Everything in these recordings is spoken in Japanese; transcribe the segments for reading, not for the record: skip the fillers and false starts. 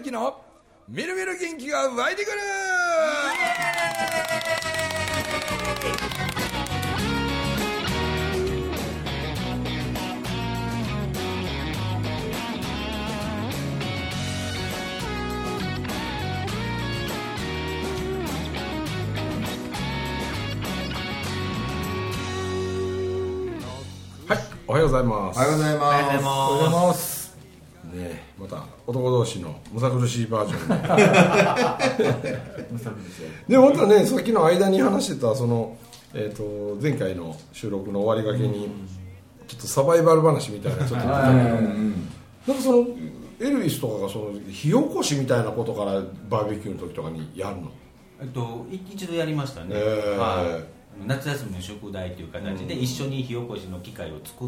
之のみるみる元気が湧いてくる。はい、おはようございます。 おはようございます。 おはようございます。 ね、また男同士のむさ苦しいバージョンでで本当はね、さっきの間に話してたその、前回の収録の終わりがけにちょっとサバイバル話みたいなちょっと言ってたけど、なんかそのエルヴィスとかがその火起こしみたいなことからバーベキューの時とかにやるの？ 一度やりましたね、夏休みの宿題という形で一緒に火起こしの機械を作って、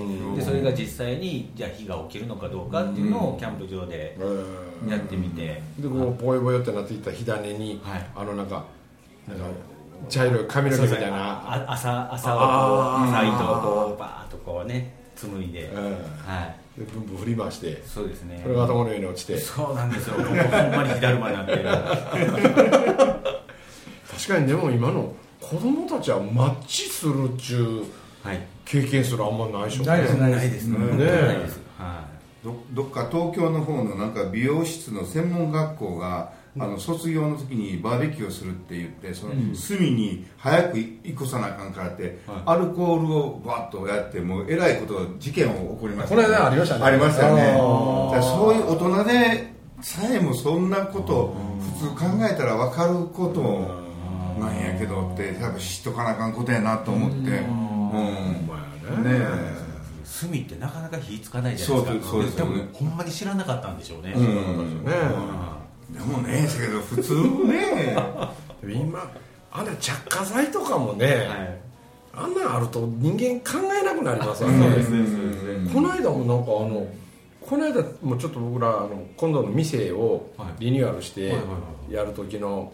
でそれが実際にじゃあ火が起きるのかどうかっていうのをキャンプ場でやってみて、 でこうボヨボヨってなっていった火種に、なんか茶色い髪の毛みたいな朝をこう糸をこうバーッとこうね紡いで、でブンブン振り回して、 そうですね、 これが頭の上に落ちて、 そうなんですよ、ほんまに火だるまになってる確かに。でも今の子供たちはマッチするっちゅう経験するあんまないでしょ。 ないですね。 どっか東京の方のなんか美容室の専門学校が卒業の時にバーベキューをするって言って、その炭に早く行こさなあかんからって、アルコールをバッとやってもうえらいこと事件を起こりましたね。 この間ありましたね。 ありましたよね。そういう大人でさえもそんなこと普通考えたら分かることなんやけどってやっぱ知っとかなあかんことやなと思って、 炭ってなかなか火つかないじゃないですか。 そうですよね。 多分ほんまに知らなかったんでしょうね。 でもね、だけど普通ね今あんな着火剤とかもね、あんなあると人間考えなくなりますよね。この間もなんかこの間もちょっと僕ら今度の店をリニューアルしてやる時の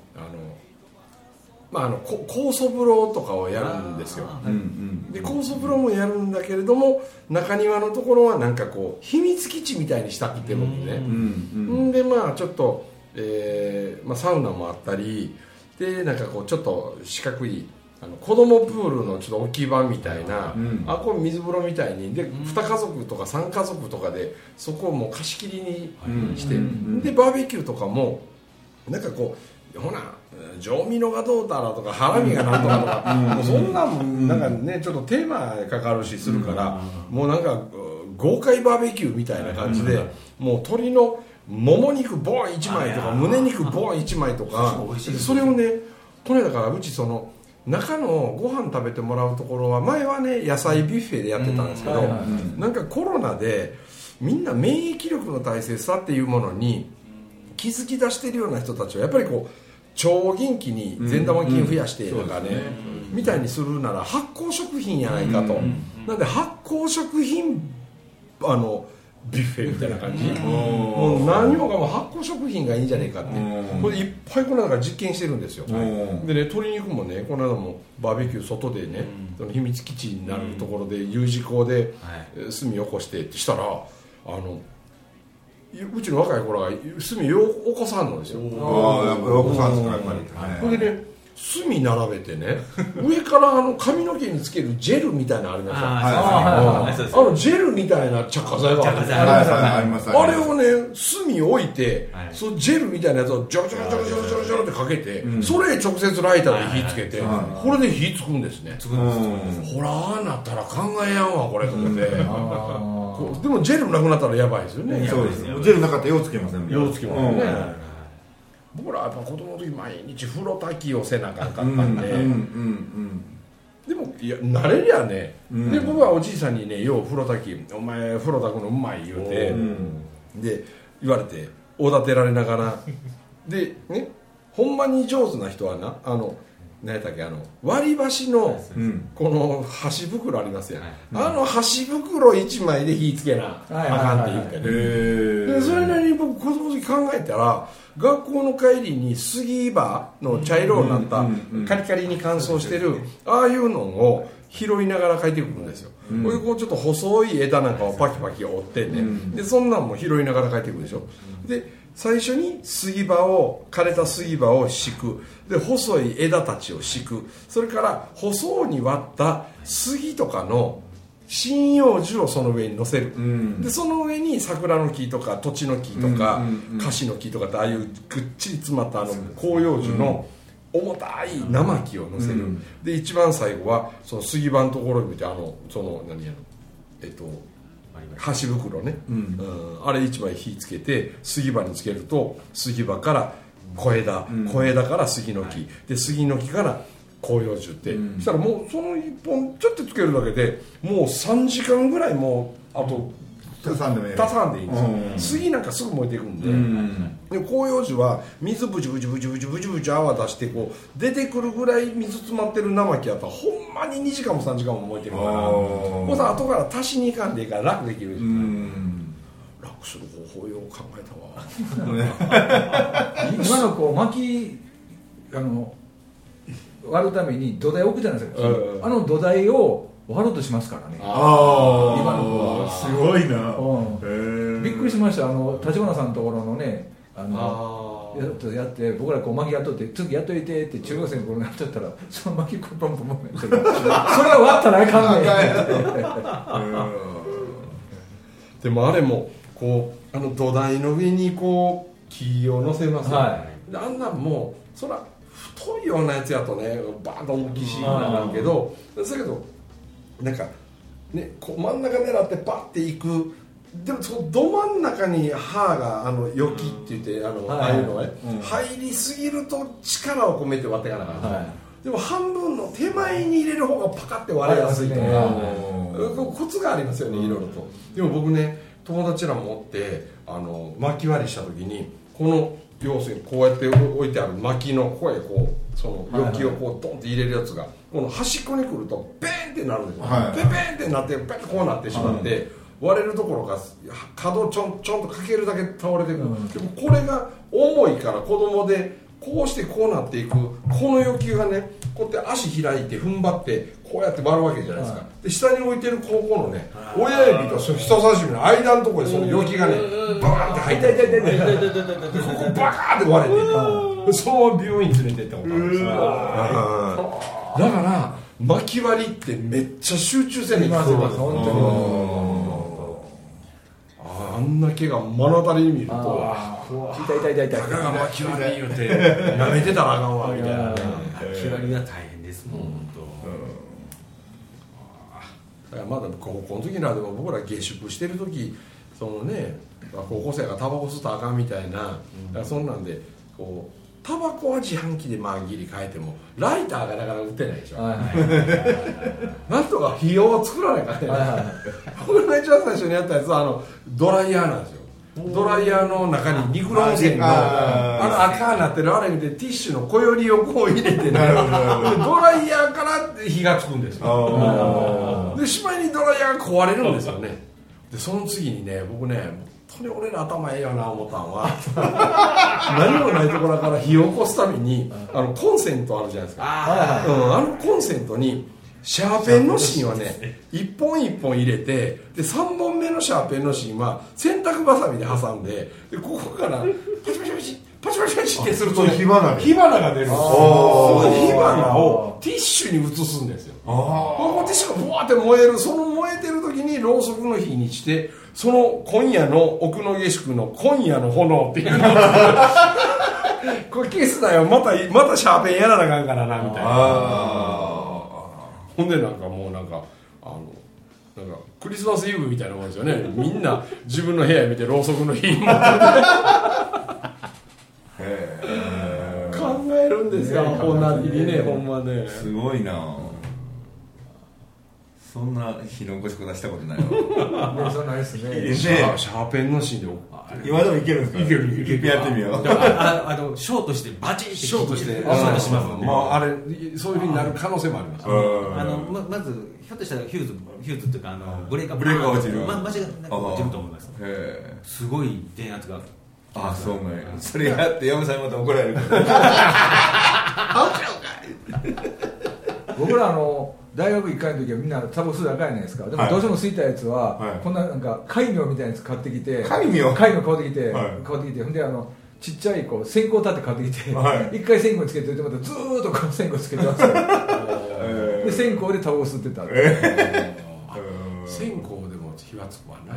酵素風呂とかをやるんですよ。で酵素風呂もやるんだけれども、中庭のところはなんかこう秘密基地みたいにしたくて僕ね、でちょっと、サウナもあったりで、なんかこうちょっと四角い子供プールのちょっと置き場みたいな、これ水風呂みたいにで2家族とか3家族とかでそこをもう貸し切りにして、でバーベキューとかもなんかこうほな上身のがどうだらとかハラミがなんとかとかもうそんなんなんかねちょっとテーマかかるしするから、もうなんか豪快バーベキューみたいな感じで、もう鶏のもも肉ボン1枚とか胸肉ボン1枚とか、それをねこの間からうちその中のご飯食べてもらうところは前はね野菜ビュッフェでやってたんですけど、なんかコロナでみんな免疫力の大切さっていうものに気づき出してるような人たちはやっぱりこう腸元気に善玉菌増やしてなんかねみたいにするなら発酵食品やないかと、なんで発酵食品ビュッフェみたいな感じ、もう何もかも発酵食品がいいんじゃねえかって、これいっぱいこの中から実験してるんですよ。でね、鶏肉もねこの間もバーベキュー外でね、その秘密基地になるところで U 字工で炭起こしてってしたらうちの若い子らが炭よう起こさんのですよ。 やっぱり起こさんですか、やっぱり。 それでね炭並べてね上から髪の毛につけるジェルみたいなのありますよ。ジェルみたいな着火剤があるんですよ。あれをね炭置いて、そのジェルみたいなやつをジョロジョロジョロジョロジョロジョロってかけて、それ直接ライターで火つけて、これで火つくんですね。ほらああなったら考えやんわこれと思って。でもジェルなくなったらやばいですよね。 そうです。ジェルなかったら用つけません。 用つけませんね。僕らはやっぱ子供の時毎日風呂炊きをせなあかんかったんで、でもいや慣れりゃね、で僕はおじいさんにねよう風呂炊きお前風呂炊くのうまい言うて、で言われておだてられながらでね、ほんまに上手な人はな何やったっけ割り箸のこの箸袋ありますやん、箸袋1枚で火つけなあかんって言うけど、でそれなりに僕子供の時考えたら学校の帰りに杉葉の茶色になったカリカリに乾燥してるああいうのを拾いながら帰ってくるんですよ。これこうちょっと細い枝なんかをパキパキ折ってね、でそんなんも拾いながら帰ってくるでしょ。で最初に枯れた杉葉を敷く。で細い枝たちを敷く。それから細に割った杉とかの針葉樹をその上に乗せる、でその上に桜の木とか土地の木とか、カシの木とかってああいうぐっちり詰まった広葉樹の重たい生木を乗せる、で一番最後はその杉葉のところに見てその何やろ箸袋ね、あれ一枚火つけて杉葉につけると杉葉から小枝、小枝から杉の木で杉の木から広葉樹って、そしたらもうその一本ちょっとつけるだけでもう3時間ぐらいもうあと足さんでいいんですよ、杉なんかすぐ燃えていくんで、で広葉樹は水ブチブチブチブチブチブチ泡出してこう出てくるぐらい水詰まってる生木やったらほんまに2時間も3時間も燃えてるからもうさ後から足しに行かんでいいから楽できる、楽する方法を考えたわ今のこう薪割るために土台を置くじゃないですか、土台を割ろうとしますからね。今の子はすごいな、 びっくりしました。立花さんのところのねやって僕らこう薪やっとって次やっといてって中学生の頃にやっちゃったらその薪ポンポンポンポンやってるそれは割ったらあかんねんでもあれもこう土台の上にこう木を乗せますよ、であんなんもうそら太いようなやつやとねバーンと大きいしなんけど、だけどなんかねこう真ん中狙ってバッていく。でもそのど真ん中に刃がよきって言ってああいうのがね、入りすぎると力を込めて割っていかなかった、でも半分の手前に入れる方がパカって割れやすいとか、コツがありますよね、いろいろと。でも僕ね友達ら持って薪割りした時にこの要するにこうやって置いてある薪のここへこうそのよきをこうドンって入れるやつがこの端っこに来るとベーンってなるんですよ、ペペーンってなってペンってこうなってしまって、割れるところが角ちょんとかけるだけ倒れてくる、でもこれが重いから子供でこうしてこうなっていくこの欲求がねこうやって足開いて踏ん張ってこうやって割るわけじゃないですか、で下に置いてるここのね親指と人差し指の間のところにその欲求がねバーンって入ってここバカーって割れてそのまま病院連れてったことあるんですよ。だから薪割りってめっちゃ集中せんねん。本当にあんな毛が目の当たりに見ると痛いたかが薪割り言うて舐めてたらあかんわみたいなね。 薪割りは大変ですもん、 だからまだ高校の時なでも僕ら下宿してる時そのね高校生がタバコ吸ったらあかんみたいな、だからそんなんでこうタバコは自販機でまあギリ変えてもライターがなかなか売ってないでしょ、なんとか火を作らないからね、僕が一番最初にやったやつはドライヤーなんですよ。ドライヤーの中にニクロム線の赤になってるあれ見てティッシュの小よりをこう入れてねドライヤーから火がつくんですよ。でしまいにドライヤーが壊れるんですよね。でその次にね僕ね本当に俺ら頭ええよな思ったんは何もないところから火を起こすためにコンセントあるじゃないですか、コンセントにシャーペンの芯はね一本一本入れてで3本目のシャーペンの芯は洗濯バサミで挟んでここからパチパチパチパチパチパチってすると、ね、火花が出るんですよ。火花をティッシュに移すんですよ。ここティッシュがブワーって燃える、その燃えてる時にろうそくの火にしてその今夜の奥の下宿の今夜の炎っていうのをこれ消すなよまたシャーペンやらなあかんからなみたいな。ほんでなんかもうなんかクリスマスイブみたいなもんですよね。みんな自分の部屋見てろうそくの火持って考えるんですよ。こんなにね、ほんまね。 すごいな。そんな火の起こし方したことないわ。 そんなですね。 シャーペンの芯で今でもいけるんですか。いける。やってみよう。 ショートしてバチッてショートしてショートしますもんね。 あれそういう風になる可能性もあります。 まずひょっとしたらヒューズっていうかブレーカーが落ちる。 間違いなく落ちると思います。すごい電圧が。 そうね。それやって嫁さんにまた怒られる。 僕ら大学1回の時はみんなタバコ吸うだけじゃないですか。でもどうしても吸いたいやつは、こんななんか戒名みたいなやつ買ってきて、戒名買ってきて、ほんでちっちゃいこう線香立って買ってきて、一回線香つけておいてまたずーっとこう線香つけてますよ。で線香でタバコ吸ってた。 線香でも火はつくわな。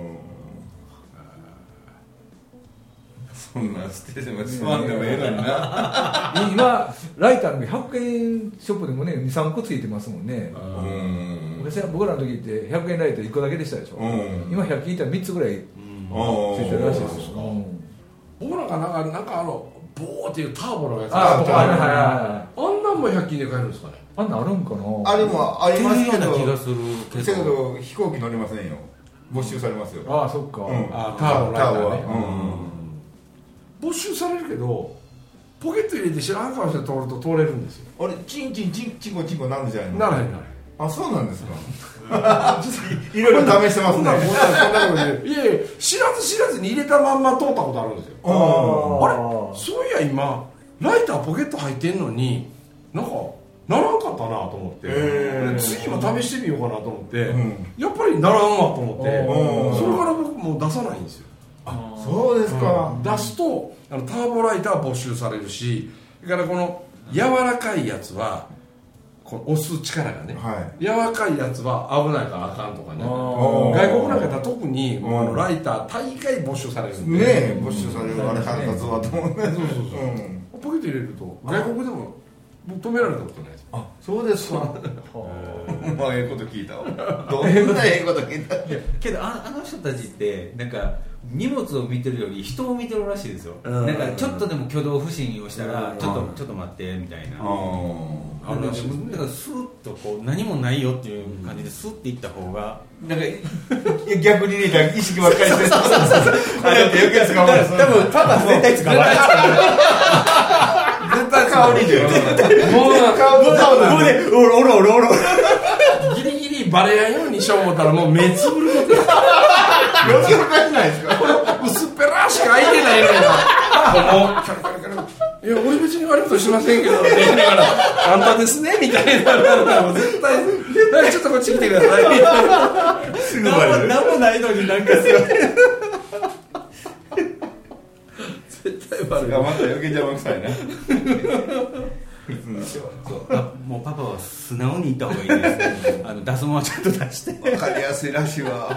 そんな捨てても吸わんでもええのにな。 今ライターの100円ショップでもね 2,3 個ついてますもんね。僕らの時って100円ライター1個だけでしたでしょ。今100均いったら3つぐらいついてるらしいですよ。 僕なんかボーっていうターボのやつあんなんも100均で買えるんですかね。 あんなんあるんかな。 あれもありますけど、 気がするけど飛行機乗れませんよ。没収されますよ。 ああそっか。 ターボライターね。没収されるけどポケット入れて知らん顔して通ると通れるんですよ。 あれチンチンチンチンコチンコなるじゃないの。 ならへんならへん。 あ、そうなんですか。いろいろ試してますね。 いやいや、知らずに入れたまんま通ったことあるんですよ。あれ、そういや今ライターポケット入ってんのになんかならんかったなと思って、次も試してみようかなと思って、やっぱりならんわと思って、それから僕もう出さないんですよ。 あ、そうですか。 出すとターボライターは没収されるし、それからこの柔らかいやつはこの押す力がね、柔らかいやつは危ないからあかんとかね。外国なんかだ特にライター大概没収されるんでね、没収されるあれ腹立つわと思うね。 ポケット入れると外国でも止められたことないです。 あ、そうですか。まあええこと聞いたわ。どんなええこと聞いた。 けどあの人たちってなんか荷物を見てるより人を見てるらしいですよ。なんかちょっとでも挙動不審をしたらちょっと待ってみたいな。だからスーッとこう何もないよっていう感じでスーッていった方がなんか逆にね意識ばっかりしてそう余計使わない。 多分パパ絶対使わない。 絶対香りで。 もうおろギリギリバレやんようにしよう思ったらもう目つぶることや。 余計おかしないですか。 薄っぺらしか開いてないのにいや俺別に悪いことしませんけどって言いながらあんたですねみたいな絶対ちょっとこっち来てくださいすぐバレる。何もないのになんかすごい絶対バレる。 また余計邪魔くさいな。 もうパパは素直に言った方がいいですね。出すものはちゃんと出して分かりやすいらしいわ。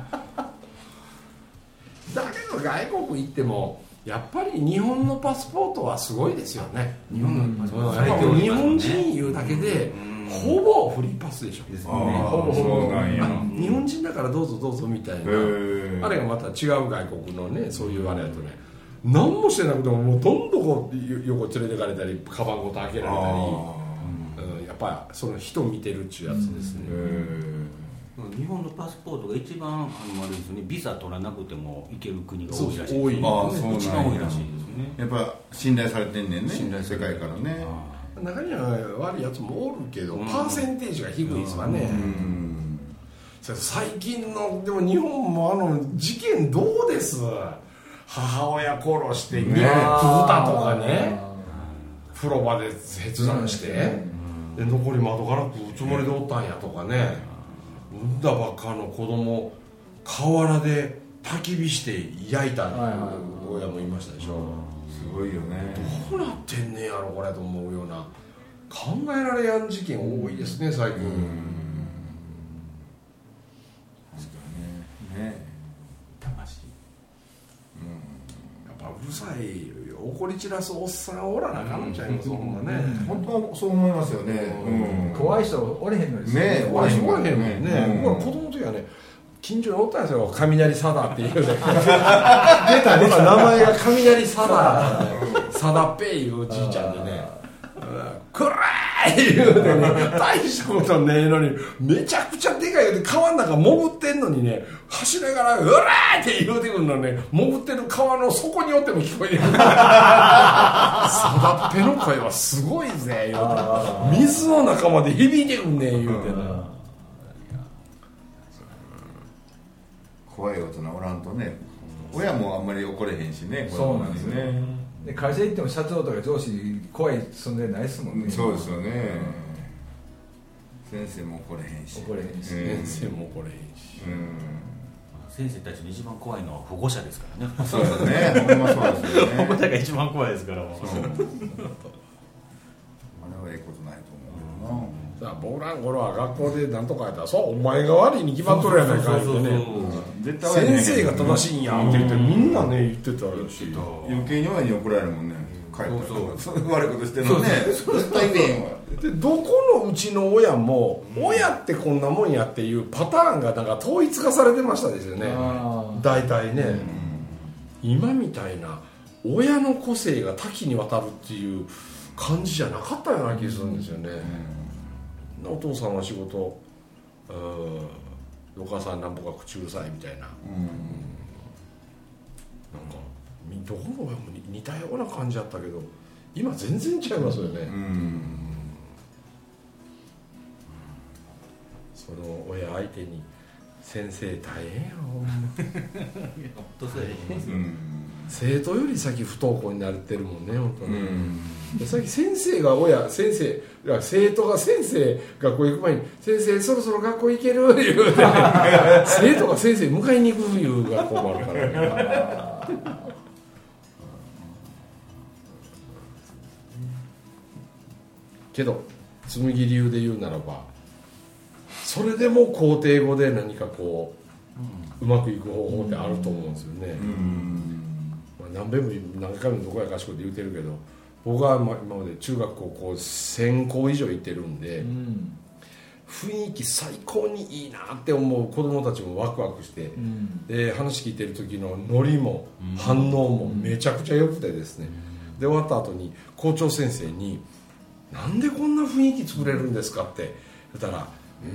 だけど外国行ってもやっぱり日本のパスポートはすごいですよね。日本のパスポートは日本人いうだけでほぼフリーパスでしょ。ほぼそうなんや。 日本人だからどうぞどうぞみたいな。あれがまた違う外国のねそういうあれだとね何もしてなくてももうどんどんこう横連れてかれたりカバンごと開けられたり、やっぱりその人見てるっちゅうやつですね。 日本のパスポートが一番あれですね、ビザ取らなくても行ける国が多いらしいです。 一番多いらしいですね。やっぱ信頼されてんねんね。世界からね。 中には悪いやつもおるけど、パーセンテージが低いですわね。最近のでも日本も事件どうです。母親殺して豚とかね、風呂場で切断して、で残り窓から食うつもりでおったんやとかね、産んだばっかの子供河原で焚き火して焼いた親もいましたでしょ。 すごいよね。 どうなってんねやろこれと思うような考えられやん事件多いですね最近。うるさい怒り散らすおっさんおらなあかんのちゃいます。ほんまね本当そう思いますよね。 怖い人おれへんのですね。 怖い人おれへんもんね。僕は子供の時はね近所におったんですよ。雷サダっていう出た名前が雷サダサダペイいうおじいちゃんでねくらーい言うてね大したことねえのにめちゃくちゃでかい川の中潜ってんのにね走りながらうらーって言うてくるのね潜ってる川の底におっても聞こえてるサダッペの声はすごいぜ言うて水の中まで響いてくんねん言うてな。 怖い大人おらんとね親もあんまり怒れへんしね。 そうなんですね。で会社行っても社長とか上司怖い存在ないですもんね。 そうですよね。 先生も怒れへんし、 先生も怒れへんし、 先生たちの一番怖いのは保護者ですからね。 そうですね、ほんまそうですよね。 保護者が一番怖いですから。もうあれはええことないと思うけどな。 僕らの頃は学校で何とかやったら、そうお前が悪いに決まっとるやないかいってね、先生が正しいんやって言ってみんなね言ってたし、 余計に親に怒られるもんね。帰ったら悪いことしてるのね、絶対言えんわ。 でどこのうちの親も、親ってこんなもんやっていうパターンがなんか統一化されてましたですよね、大体ね、今みたいな親の個性が多岐にわたるっていう感じじゃなかったような気がするんですよね。お父さんは仕事、お母さんなんぼか口うるさいみたいな、なんかどこの親も似たような感じだったけど、今全然違いますよね。その親相手に先生大変やほんま生徒より先不登校になってるもんね、本当ね。さっき先生が親、先生生徒が先生学校行く前に先生そろそろ学校行ける言うて、生徒が先生迎えに行くいう学校もあるからね。けど紬流で言うならば、それでも肯定語で何かこう、うまくいく方法ってあると思うんですよね。何回もどこやかしこで言うてるけど、僕は今まで中学高校1000校以上行ってるんで、雰囲気最高にいいなって思う子どもたちもワクワクして、で話聞いてる時のノリも反応もめちゃくちゃ良くてですね、で終わった後に校長先生に「なんでこんな雰囲気作れるんですか?」って言ったら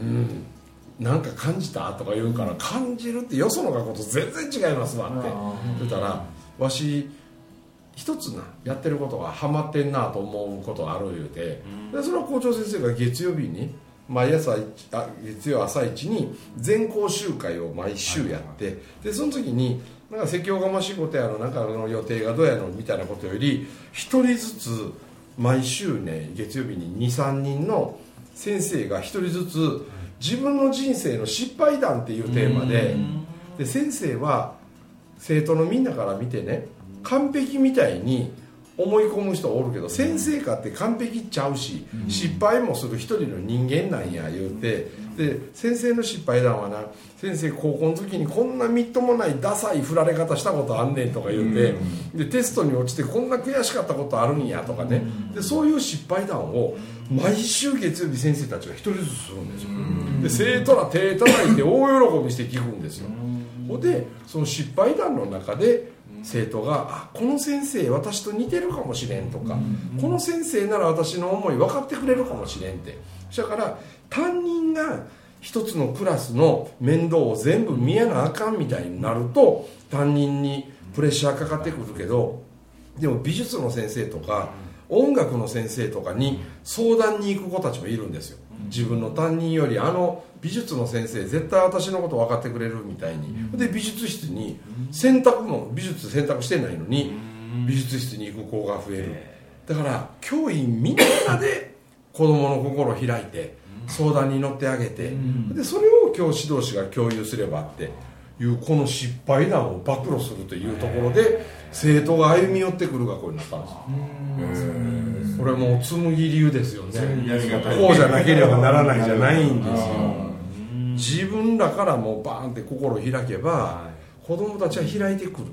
「なんか感じた?」とか言うから「感じるってよその学校と全然違いますわ」って言ったら「わし一つなやってることがハマってんなと思うことがある」言うて、でそれは校長先生が月曜日に毎朝月曜朝一に全校集会を毎週やって、でその時になんか説教がましいことやのなんかの予定がどうやのみたいなことより、一人ずつ毎週ね月曜日に 2,3 人の先生が一人ずつ自分の人生の失敗談っていうテーマで、先生は生徒のみんなから見てね完璧みたいに思い込む人おるけど、先生かって完璧ちゃうし、失敗もする一人の人間なんや言うて、で先生の失敗談はな、先生高校の時にこんなみっともないダサい振られ方したことあんねんとか言うて、でテストに落ちてこんな悔しかったことあるんやとかね、でそういう失敗談を毎週月曜日先生たちが一人ずつするんですよ。で生徒ら手叩いて大喜びして聞くんですよ。でその失敗談の中で生徒が「あ、この先生私と似てるかもしれん」とか、この先生なら私の思い分かってくれるかもしれんって。だから担任が一つのクラスの面倒を全部見やなあかんみたいになると担任にプレッシャーかかってくるけど、でも美術の先生とか音楽の先生とかに相談に行く子たちもいるんですよ。自分の担任より美術の先生絶対私のこと分かってくれるみたいに。で美術室に美術選択してないのに美術室に行く子が増える。だから教員みんなで子どもの心を開いて相談に乗ってあげて、でそれを教師同士が共有すればっていうこの失敗談を暴露するというところで生徒が歩み寄ってくる学校になったんですよ。これもう紬流ですよね。こうじゃなければならないじゃないんですよ。自分らからもうバーンって心を開けば子供たちは開いてくる。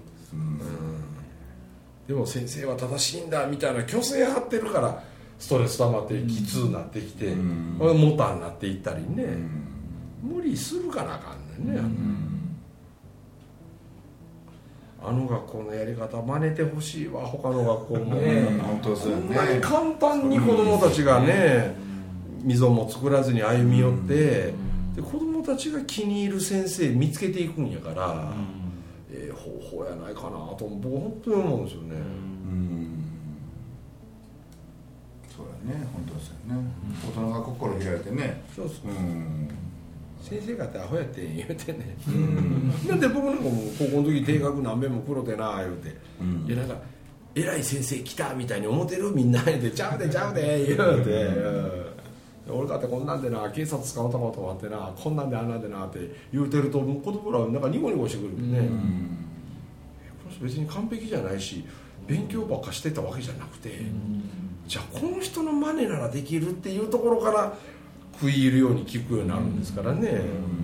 でも先生は正しいんだみたいな虚勢張ってるからストレス溜まってきつになってきてモタになっていったりね、無理するからあかんねんね。あの学校のやり方真似てほしいわ、他の学校も。 本当ですよね。 こんなに簡単に子どもたちがね溝も作らずに歩み寄って、で子どもたちが気に入る先生見つけていくんやから、方法やないかなと僕本当に思うんですよね。 そうだね、本当ですよね。大人が心開いてね。 そうそう。先生方アホやってん言うてね。なんで僕なんかも高校の時定額何遍も黒でな言うて、いやなんか偉い先生来たみたいに思ってるみんなでちゃうで言うて、 俺かってこんなんでな警察使うとこと思ってなこんなんであんなんでなって言うてるともう子供らなんかニコニコしてくるんでね、この人別に完璧じゃないし勉強ばっかしてたわけじゃなくて、じゃあこの人の真似ならできるっていうところから食い入るように聞くようになるんですからね。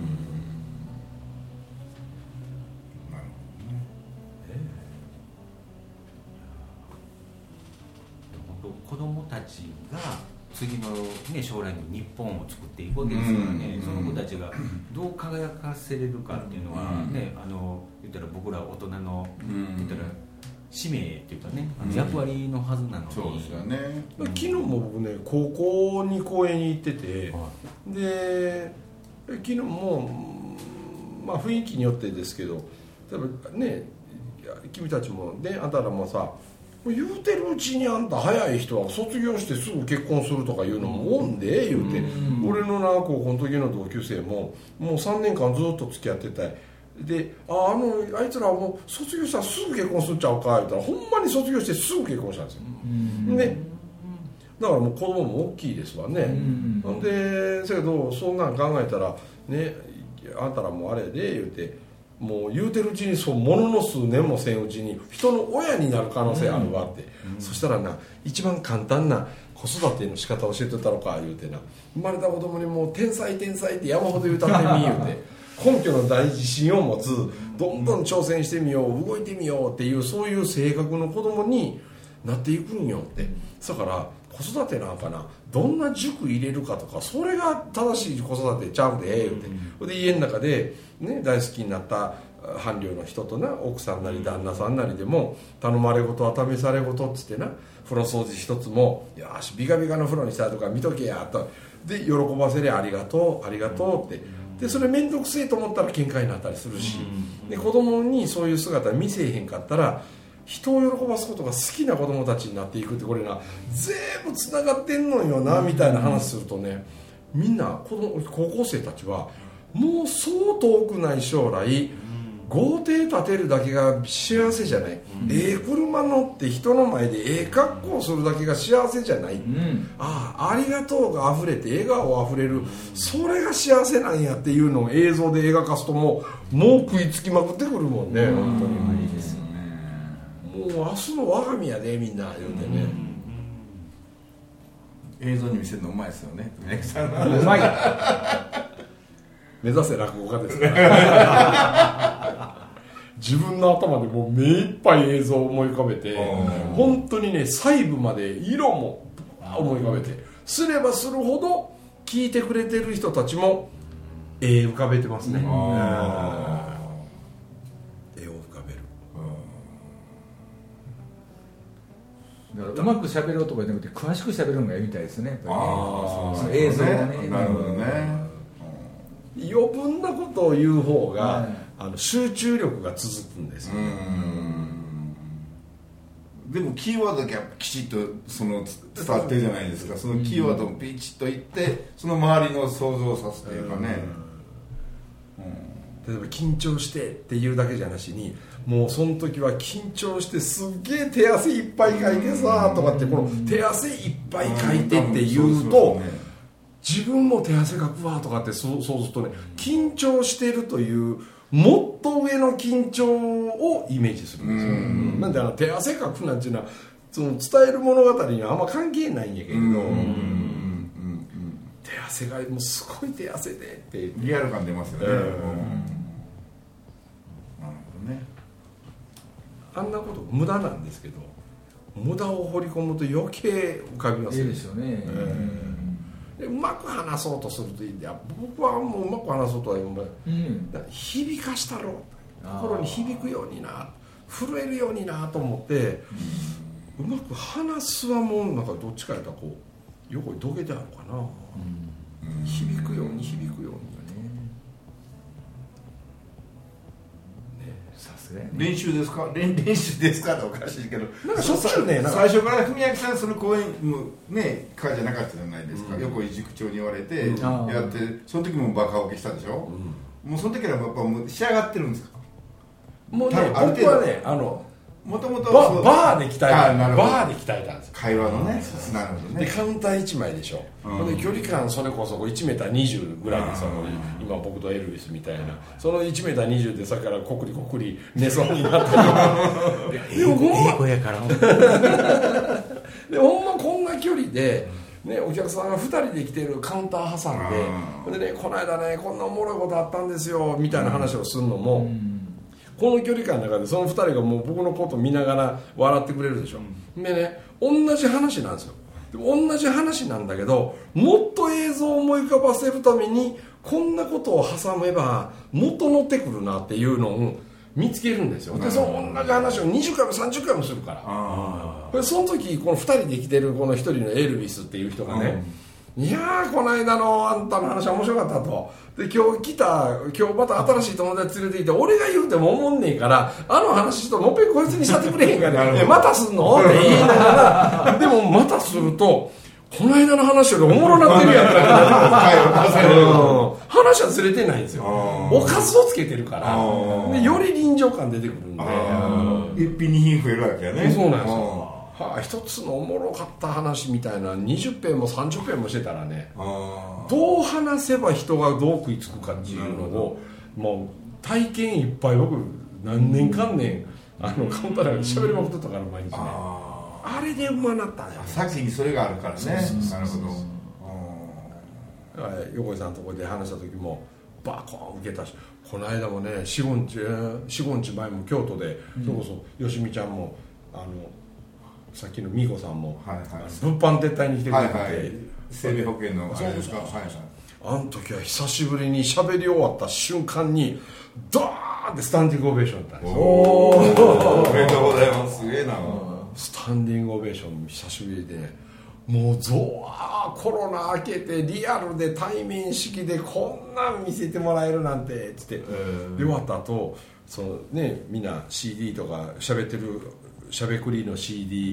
子供たちが次の、ね、将来の日本を作っていくわけですからね、その子たちがどう輝かせれるかっていうのは、ね、言ったら僕ら大人の、言ったら使命っていうかね、役割のはずなのに、 そうですよね。 昨日も僕ね高校に公園に行ってて、で昨日も、まあ、雰囲気によってですけど多分ね君たちもねあんたらもさ言うてるうちにあんた早い人は卒業してすぐ結婚するとかいうのもおんで言うて、俺のな高校の時の同級生ももう3年間ずっと付き合ってたであいつらはもう卒業したらすぐ結婚するんちゃうか言ったらほんまに卒業してすぐ結婚したんですよ、でだからもう子供も大きいですわね、でせやけどそんなん考えたらねあんたらもうあれで言うてもう言うてるうちにそうものの数年もせんうちに人の親になる可能性あるわって、そしたらな一番簡単な子育ての仕方教えてたのか言うてな生まれた子供にもう天才天才って山ほど言うたってみ言うて根拠の大自信を持つどんどん挑戦してみよう動いてみようっていうそういう性格の子供になっていくんよって。だから子育てなんかなどんな塾入れるかとかそれが正しい子育てちゃうで言うて、で家の中で、ね、大好きになった伴侶の人とな奥さんなり旦那さんなりでも頼まれ事は試され事っつってな風呂掃除一つもよしビカビカの風呂にしたとか見とけやとで喜ばせりゃありがとうありがとうってでそれ面倒くせえと思ったら喧嘩になったりするし、で子供にそういう姿見せへんかったら人を喜ばすことが好きな子供たちになっていくってこれな全部つながってんのよなみたいな話するとねみんな高校生たちはもうそう遠くない将来豪邸建てるだけが幸せじゃない、車乗って人の前で格好するだけが幸せじゃない、ありがとうが溢れて笑顔あふれるそれが幸せなんやっていうのを映像で描かすともう食いつきまくってくるもんね、本当にいいですよね。もう明日の我が身やでみんな言うてね、 映像に見せるのうまいですよねうまい目指せ落語家ですから自分の頭でもう目いっぱい映像を思い浮かべて本当にね細部まで色も思い浮かべてすればするほど聞いてくれてる人たちも絵浮かべてますね、絵を浮かべる、 だからうまく喋ろうとかじゃなくて詳しく喋るのがいいみたいですね。 そうその映像をね。 なるほどね。 余分なことを言う方が、集中力が続くんですよ、 でもキーワードだけはきちっと伝わってるじゃないですか。そのキーワードをピチッと言ってその周りの想像をさすというかね、 例えば緊張してっていうだけじゃなしにもうその時は緊張してすっげえ手汗いっぱいかいてさとかってこの手汗いっぱいかいてって言うと自分も手汗かくわとかってそうするとね緊張してるというもっと上の緊張をイメージするんですよ、なんで手汗かくなんていうのはその伝える物語にはあんま関係ないんやけれど、手汗がもうすごい手汗でってリアル感出ますよね、なるほどね。 あんなこと無駄なんですけど無駄を掘り込むと余計浮かびますよね。 いいですよね、 でうまく話そうとするといいんで僕はもううまく話そうとは言うの、響かしたろ心に響くようにな震えるようになと思って、うまく話すはもうなんかどっちかやったらこう横にどけてあるかな、響くように響くようにさすがやね。 練習ですか練習ですかっておかしいけどなんかしょっちゅうね最初から文明さんする講演もね会じゃなかったじゃないですか、横井塾長に言われてやってその時もバカ受けしたでしょ、もうその時はやっぱもう仕上がってるんですか。 もうね僕はねもともとバーで鍛えたんですよ。 会話のね。なるほどね。 でカウンター1枚でしょ、で距離感それこそ 1m20 ぐらいでさ、今僕とエルヴィスみたいな、その 1m20 でさっきからこくりこくり寝そうになってる英語やからでほんまこんな距離で、ね、お客さんが2人で来てるカウンター挟んで、ね、この間ねこんなおもろいことあったんですよみたいな話をするのも、この距離感の中でその2人がもう僕のこと見ながら笑ってくれるでしょ、でね同じ話なんですよ。でも同じ話なんだけど、もっと映像を思い浮かばせるためにこんなことを挟めばもっと乗ってくるなっていうのを見つけるんですよ。でその同じ話を20回も30回もするから、でその時この2人で来てるこの1人のエルヴィスっていう人がね、いやーこの間のあんたの話は面白かったと、で今日また新しい友達連れてきて、俺が言うても思んねえからあの話ともっぺんこいつにさせてくれへんからねまたすんのって言いながらでもまたするとこの間の話よりおもろなってるやんか話はずれてないんですよ。おかずをつけてるからでより臨場感出てくるんで、 一品二品増えるわけやね。 そうなんですよ。一つのおもろかった話みたいな20編も30編もしてたらね、どう話せば人がどう食いつくかっていうのをもう体験いっぱい僕何年間年カウンターで喋りまくってたから毎日ね、あれでうまなったね。 先にそれがあるからね。なるほど。横井さんのところで話した時もバーコン受けたし、この間もね4、5日前も京都で、それこそよしみちゃんもさっきの美子さんも、物販撤退に来てくれて、 生命保険のあれですか。 あの時は久しぶりに喋り終わった瞬間にドーンってスタンディングオベーションだったんですよ。 おめでとうございます。すげえな。 スタンディングオベーション久しぶりで、もうコロナ明けてリアルで対面式でこんなん見せてもらえるなんてつって、で終わった後そのねみんな CD とか喋ってるしゃべくりの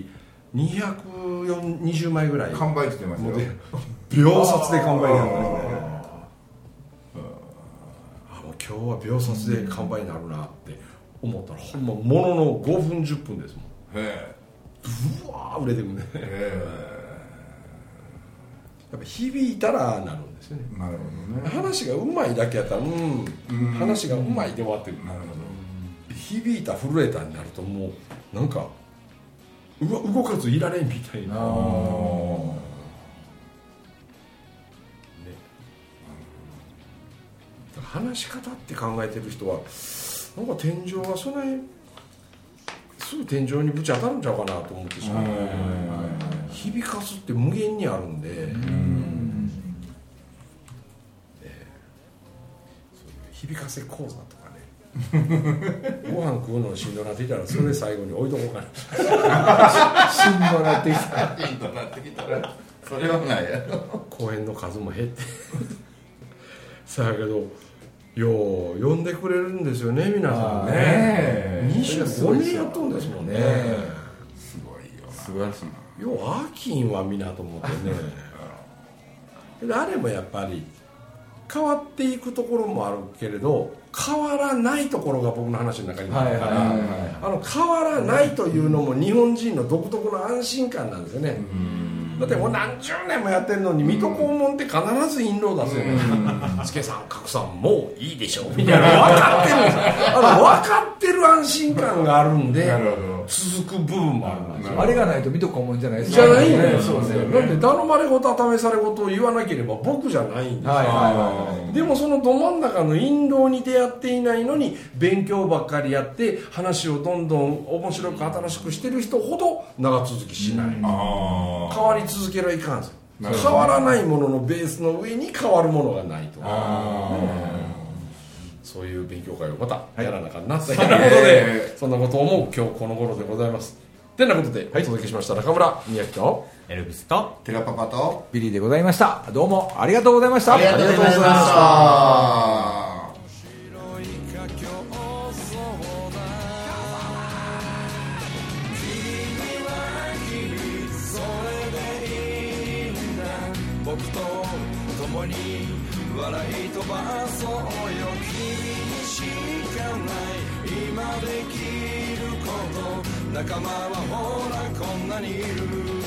CD220 枚ぐらい完売してますよ。 秒殺で完売になったんですね。もう今日は秒殺で完売になるなって思ったら、ほんまものの5分10分ですもん。うわー売れてくるね。やっぱ響いたらなるんですよね。 なるほどね。 話がうまいだけやったら話がうまいで終わってる。なるほど。響いた震えたになるともうなんか動かずいられんみたいな、話し方って考えてる人はなんか天井はそんなにすぐ天井にぶち当たるんちゃうかなと思ってしまう。響かすって無限にあるんで、響かせ講座とかねご飯食うのしんどなってきたらそれ最後に置いとこうかなしんどなってきたらそれはないや公演の数も減ってさあけどよう呼んでくれるんですよね皆さんね。25年やっとんですもんね。 すごいよな。 素晴らしい。 よう飽きんわみんなと思ってねであれもやっぱり変わっていくところもあるけれど変わらないところが僕の話の中にあるから変わらないというのも日本人の独特の安心感なんですよね。だってもう何十年もやってるのに水戸黄門って必ず印籠出すよね。助さん格さんもういいでしょみたいな分かってるんですよ。分かってる安心感があるんで続く部分もあるんですよ。 あれがないと水戸黄門じゃないですじゃないんだよ。そうですね。なんで頼まれ事は試され事を言わなければ僕じゃないんですよ。でもそのど真ん中の印籠に出会っていないのに勉強ばっかりやって話をどんどん面白く新しくしてる人ほど長続きしない。変わり続けるはいかんですよ。変わらないもののベースの上に変わるものがないと。そういう勉強会をまたやらなかったということで、そんなことを思う今日この頃でございます。てなことでお届けしました中村宮城とエルビスとテラパパとビリーでございました。どうもありがとうございました。 ありがとうございました。 僕と共に笑い飛ばそうよ君にしかない今できること仲間はほらこんなにいる